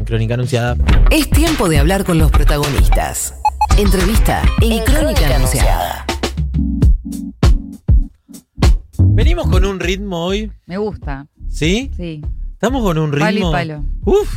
Crónica Anunciada. Es tiempo de hablar con los protagonistas. Entrevista en Crónica Anunciada. Venimos con un ritmo hoy. Me gusta. ¿Sí? Sí. Estamos con un ritmo. Palo y palo.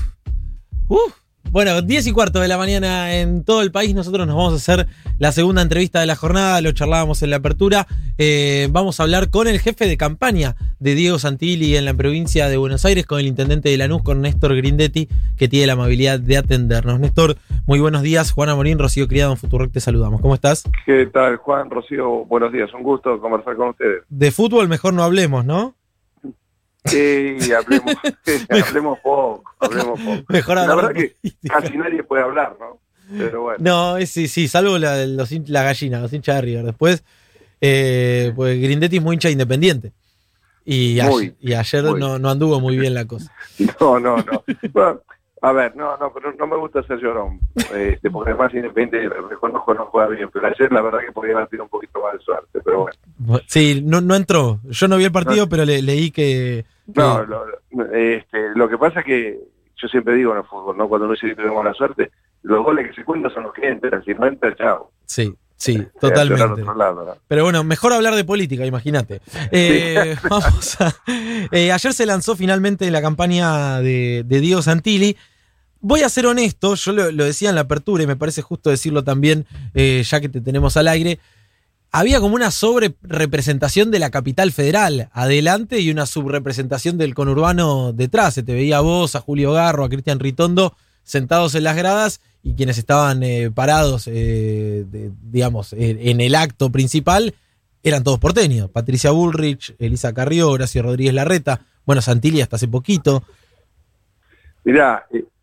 Bueno, 10:15 de la mañana en todo el país. Nosotros nos vamos a hacer la segunda entrevista de la jornada. Lo charlábamos en la apertura. Vamos a hablar con el jefe de campaña de Diego Santilli en la provincia de Buenos Aires, con el intendente de Lanús, con Néstor Grindetti, que tiene la amabilidad de atendernos. Néstor, muy buenos días. Juana Morín, Rocío Criado en Futurock, te saludamos. ¿Cómo estás? ¿Qué tal, Juan, Rocío? Buenos días. Un gusto conversar con ustedes. De fútbol mejor no hablemos, ¿no? Sí, hablemos poco. Mejor la hablar verdad que casi nadie puede hablar, ¿no? Pero bueno. No, sí, salvo la gallina, los hinchas de River. Después, pues Grindetti es muy hincha independiente. Y ayer no anduvo muy bien la cosa. No. Bueno, a ver, pero no me gusta ser llorón. Porque además Independiente reconozco no juega bien. Pero ayer la verdad que podía haber tenido un poquito más de suerte, pero bueno. Sí, no entró. Yo no vi el partido, pero leí que... No, lo que pasa es que yo siempre digo en el fútbol, ¿no? Cuando uno dice que tenemos la suerte, los goles que se cuentan son los que entran. Si no entra, chao. Sí, totalmente. Otro lado, ¿no? Pero bueno, mejor hablar de política, imagínate. Ayer se lanzó finalmente la campaña de Diego Santilli. Voy a ser honesto, yo lo decía en la apertura y me parece justo decirlo también, ya que te tenemos al aire. Había como una sobrerepresentación de la capital federal adelante y una subrepresentación del conurbano detrás. Se te veía a vos, a Julio Garro, a Cristian Ritondo sentados en las gradas, y quienes estaban parados, digamos, en el acto principal eran todos porteños. Patricia Bullrich, Elisa Carrió, Horacio Rodríguez Larreta, bueno, Santilli hasta hace poquito. Mirá,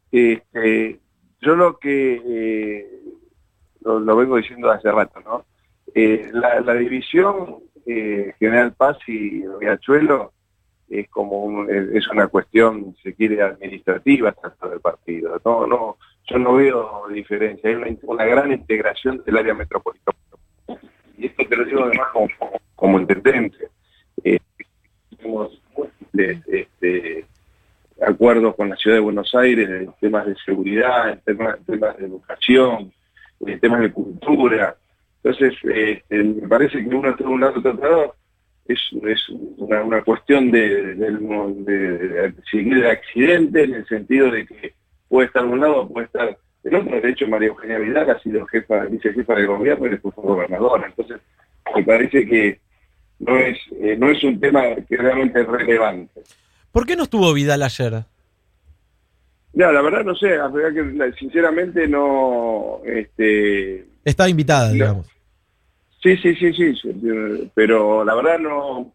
yo lo que lo vengo diciendo hace rato, ¿no? La división General Paz y Riachuelo es es una cuestión, si se quiere, administrativa tanto del partido. No, yo no veo diferencia. Hay una gran integración del área metropolitana. Y esto te lo digo además como intendente. Tenemos múltiples acuerdos con la ciudad de Buenos Aires en temas de seguridad, en temas de educación, en temas de cultura. Entonces, me parece que uno está de un lado tratado es una cuestión de accidente, en el sentido de que puede estar de un lado, puede estar del otro. De hecho, María Eugenia Vidal ha sido vicejefa de gobierno y después fue gobernadora. Entonces, me parece que no es un tema que realmente es relevante. ¿Por qué no estuvo Vidal ayer? No, la verdad no sé, la verdad que sinceramente no... Estaba invitada, digamos. Sí, pero la verdad no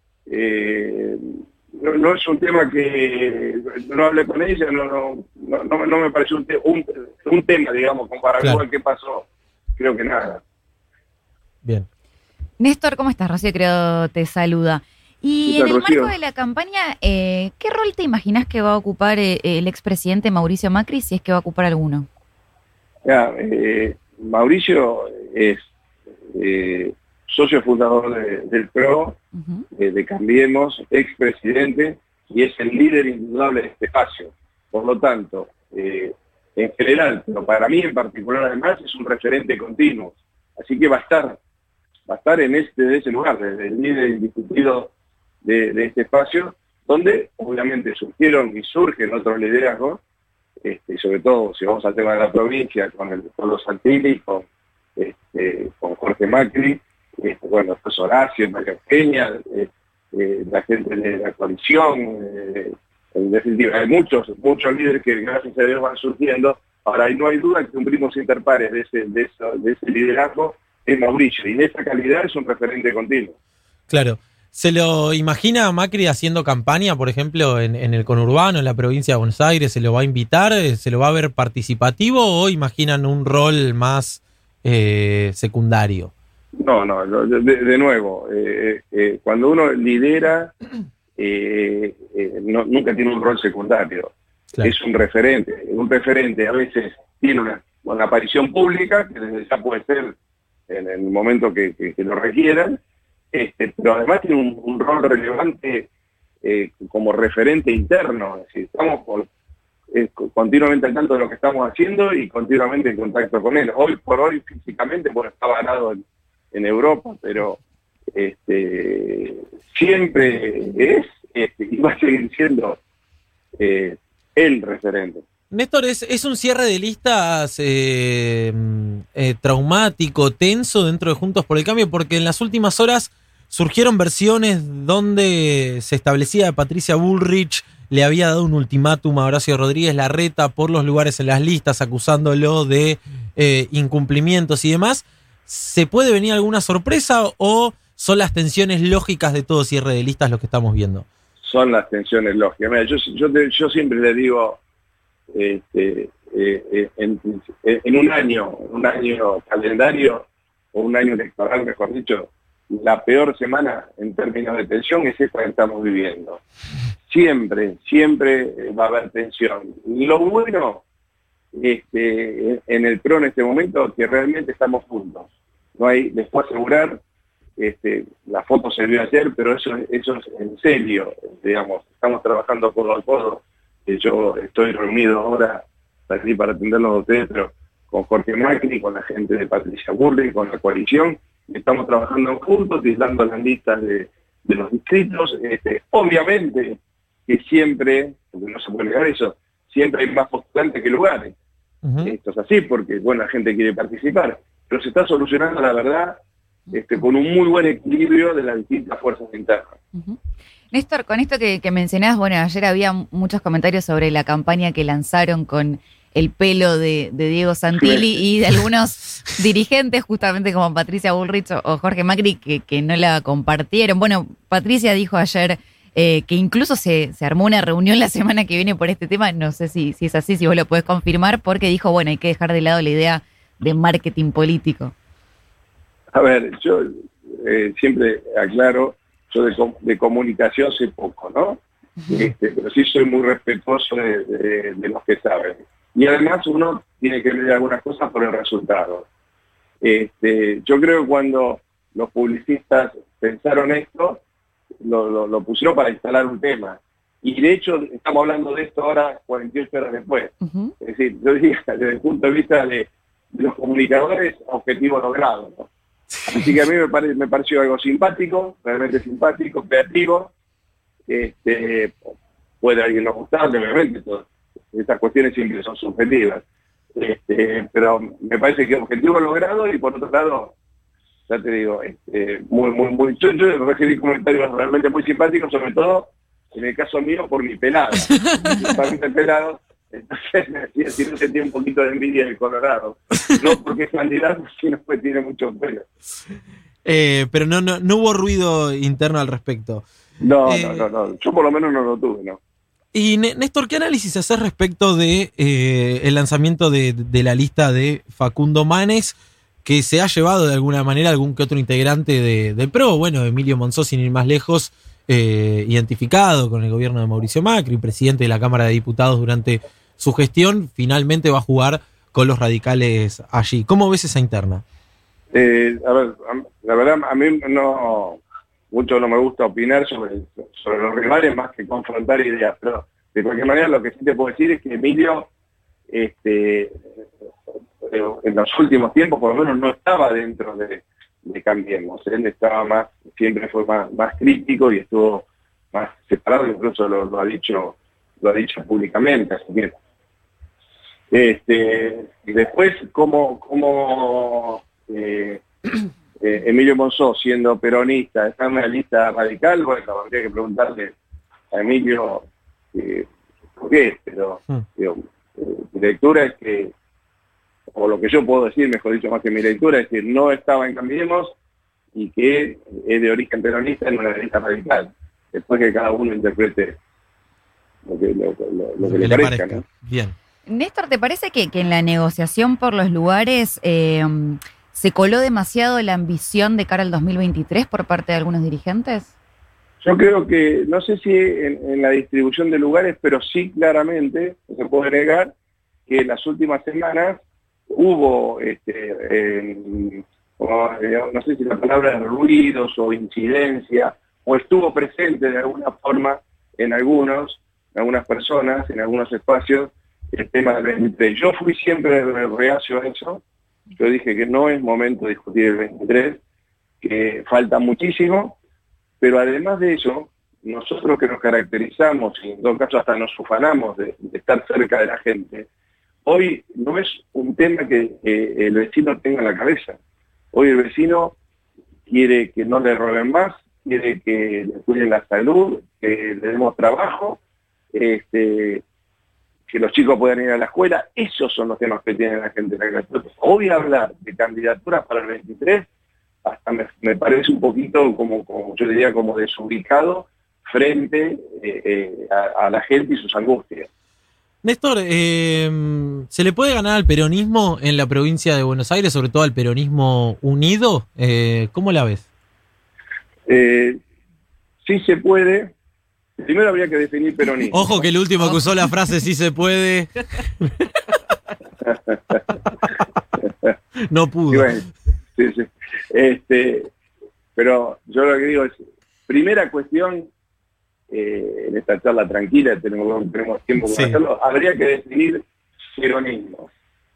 es un tema que no hablé con ella, no me pareció un tema, digamos, comparado con qué pasó. Creo que nada. Bien. Néstor, ¿cómo estás? Rocío Criado te saluda. Y en el marco de la campaña, ¿qué rol te imaginas que va a ocupar el expresidente Mauricio Macri, si es que va a ocupar alguno? Mauricio es socio fundador del PRO, de Cambiemos, expresidente, y es el líder indudable de este espacio. Por lo tanto, en general, pero para mí en particular además, es un referente continuo. Así que va a estar en ese lugar, desde el líder indiscutido de este espacio, donde obviamente surgieron y surgen otros liderazgos, y sobre todo si vamos al tema de la provincia, con los Santilli, con Jorge Macri, bueno, después Horacio, María Eugenia, la gente de la coalición, en definitiva, hay muchos líderes que gracias a Dios van surgiendo. Ahora, no hay duda que un primo inter pares de ese liderazgo es Mauricio, y en esa calidad es un referente continuo. Claro. ¿Se lo imagina a Macri haciendo campaña, por ejemplo, en el conurbano, en la provincia de Buenos Aires? ¿Se lo va a invitar? ¿Se lo va a ver participativo o imaginan un rol más secundario? No, de nuevo, cuando uno lidera, nunca tiene un rol secundario. Claro. Es un referente. Un referente a veces tiene una aparición pública, que ya puede ser en el momento que lo requieran, pero además tiene un rol relevante como referente interno. Es decir, estamos continuamente al tanto de lo que estamos haciendo y continuamente en contacto con él. Hoy por hoy, físicamente, bueno, está varado en Europa, pero siempre es y va a seguir siendo el referente. Néstor, ¿es un cierre de listas traumático, tenso dentro de Juntos por el Cambio? Porque en las últimas horas surgieron versiones donde se establecía que Patricia Bullrich le había dado un ultimátum a Horacio Rodríguez Larreta por los lugares en las listas, acusándolo de incumplimientos y demás. ¿Se puede venir alguna sorpresa o son las tensiones lógicas de todo cierre de listas lo que estamos viendo? Son las tensiones lógicas. Mira, yo siempre le digo, en un año calendario, o un año electoral, mejor dicho, la peor semana en términos de tensión es esta que estamos viviendo. Siempre va a haber tensión. Lo bueno en el PRO en este momento es que realmente estamos juntos. No hay, les puedo asegurar, la foto se vio ayer, pero eso es en serio, digamos, estamos trabajando codo a codo. Yo estoy reunido ahora aquí para atenderlos a ustedes, pero con Jorge Macri, con la gente de Patricia Bullrich, con la coalición, estamos trabajando juntos, dando las listas de los distritos. Obviamente que siempre, porque no se puede negar eso, siempre hay más postulantes que lugares. Uh-huh. Esto es así porque, bueno, la gente quiere participar, pero se está solucionando, la verdad, con un muy buen equilibrio de las distintas fuerzas internas. Uh-huh. Néstor, con esto que mencionás, bueno, ayer había muchos comentarios sobre la campaña que lanzaron con el pelo de Diego Santilli y de algunos dirigentes, justamente como Patricia Bullrich o Jorge Macri, que no la compartieron. Bueno, Patricia dijo ayer que incluso se armó una reunión la semana que viene por este tema. No sé si es así, si vos lo podés confirmar, porque dijo, bueno, hay que dejar de lado la idea de marketing político. A ver, yo siempre aclaro, yo de comunicación sé poco, ¿no? Pero sí soy muy respetuoso de los que saben. Y además uno tiene que ver algunas cosas por el resultado. Yo creo que cuando los publicistas pensaron esto, lo pusieron para instalar un tema. Y de hecho estamos hablando de esto ahora 48 horas después. Uh-huh. Es decir, yo diría desde el punto de vista de los comunicadores, objetivo logrado, ¿no? Así que a mí me pareció algo simpático, realmente simpático, creativo. Puede a alguien no gustarle, obviamente, estas cuestiones siempre son subjetivas. Pero me parece que objetivo logrado y por otro lado, ya te digo, muy yo recibí comentarios realmente muy simpáticos, sobre todo en el caso mío por mi pelado. Principalmente pelado. Entonces me decía, si no sentía un poquito de envidia del Colorado. No porque es candidato, sino porque tiene mucho pelo. Pero no hubo ruido interno al respecto. No. Yo por lo menos no lo tuve, ¿no? Y Néstor, ¿qué análisis haces respecto de el lanzamiento de la lista de Facundo Manes, que se ha llevado de alguna manera algún que otro integrante del PRO? Bueno, Emilio Monzó, sin ir más lejos, identificado con el gobierno de Mauricio Macri, presidente de la Cámara de Diputados durante su gestión, finalmente va a jugar con los radicales allí. ¿Cómo ves esa interna? A ver, la verdad a mí mucho no me gusta opinar sobre los rivales más que confrontar ideas, pero de cualquier manera lo que sí te puedo decir es que Emilio en los últimos tiempos por lo menos no estaba dentro de Cambiemos. Él estaba siempre fue más crítico y estuvo más separado, incluso lo ha dicho públicamente, así que y después como Emilio Monzó, siendo peronista, está en una lista radical, bueno, habría que preguntarle a Emilio por qué, pero mi lectura es que, o lo que yo puedo decir, mejor dicho, más que mi lectura, es que no estaba en Cambiemos y que es de origen peronista en una lista radical. Después que cada uno interprete lo que le parezca, ¿no? Bien. Néstor, ¿te parece que en la negociación por los lugares se coló demasiado la ambición de cara al 2023 por parte de algunos dirigentes? Yo creo que, no sé si en la distribución de lugares, pero sí claramente, no se puede negar, que en las últimas semanas hubo, no sé si la palabra es ruidos o incidencia, o estuvo presente de alguna forma en algunas personas, en algunos espacios, el tema del 23. Yo fui siempre reacio a eso. Yo dije que no es momento de discutir el 23, que falta muchísimo, pero además de eso, nosotros que nos caracterizamos, y en todo caso hasta nos ufanamos de estar cerca de la gente, hoy no es un tema que el vecino tenga en la cabeza. Hoy el vecino quiere que no le roben más, quiere que le cuiden la salud, que le demos trabajo, que los chicos puedan ir a la escuela. Esos son los temas que tiene la gente en la cabeza. Hoy hablar de candidaturas para el 23 hasta me parece un poquito como yo diría, como desubicado frente a la gente y sus angustias. Néstor, ¿se le puede ganar al peronismo en la provincia de Buenos Aires, sobre todo al peronismo unido? ¿Cómo la ves? Sí se puede. Primero habría que definir peronismo. Ojo que el último que usó la frase sí se puede. No pudo. Y bueno, sí. Pero yo lo que digo es, primera cuestión, en esta charla tranquila, tenemos tiempo para hacerlo, habría que definir peronismo.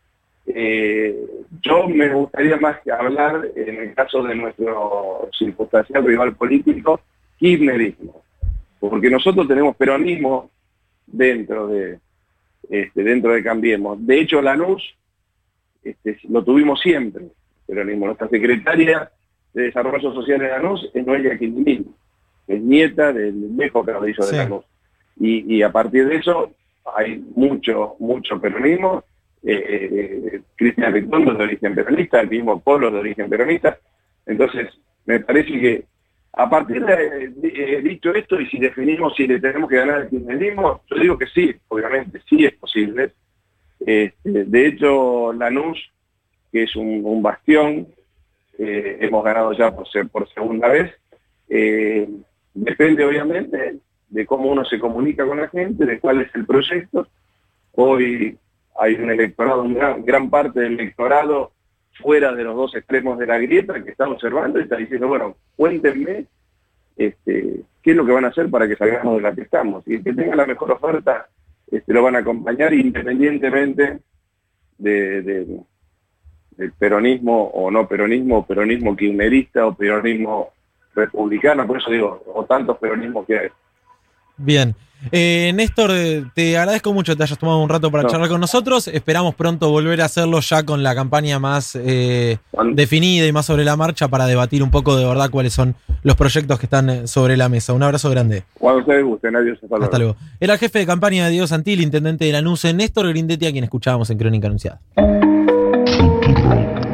Yo me gustaría más que hablar, en el caso de nuestro circunstancial rival político, kirchnerismo. Porque nosotros tenemos peronismo dentro de Cambiemos. De hecho, Lanús lo tuvimos siempre, peronismo. Nuestra secretaria de Desarrollo Social de Lanús es Noelia Quindimil, es nieta del viejo caudillo de Lanús. Y a partir de eso hay mucho peronismo. Cristian Ritondo es de origen peronista, el mismo Polo es de origen peronista. Entonces, me parece que a partir de dicho esto, y si definimos si le tenemos que ganar al kirchnerismo, yo digo que sí, obviamente, sí es posible. De hecho, Lanús, que es un bastión, hemos ganado ya por segunda vez, depende obviamente de cómo uno se comunica con la gente, de cuál es el proyecto. Hoy hay un electorado, gran parte del electorado fuera de los dos extremos de la grieta, que está observando y está diciendo, bueno, cuéntenme qué es lo que van a hacer para que salgamos de la que estamos. Y el que tenga la mejor oferta lo van a acompañar independientemente del peronismo o no peronismo, peronismo kirchnerista o peronismo republicano, por eso digo, o tantos peronismos que hay. Bien. Néstor, te agradezco mucho que te hayas tomado un rato para charlar con nosotros. Esperamos pronto volver a hacerlo ya con la campaña más definida y más sobre la marcha para debatir un poco de verdad cuáles son los proyectos que están sobre la mesa. Un abrazo grande. Cuando ustedes gusten, adiós. Hasta luego. Era el jefe de campaña de Diego Santilli, intendente de Lanús, Néstor Grindetti, a quien escuchábamos en Crónica Anunciada.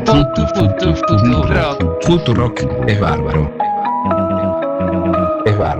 Futurock es bárbaro. Es bárbaro.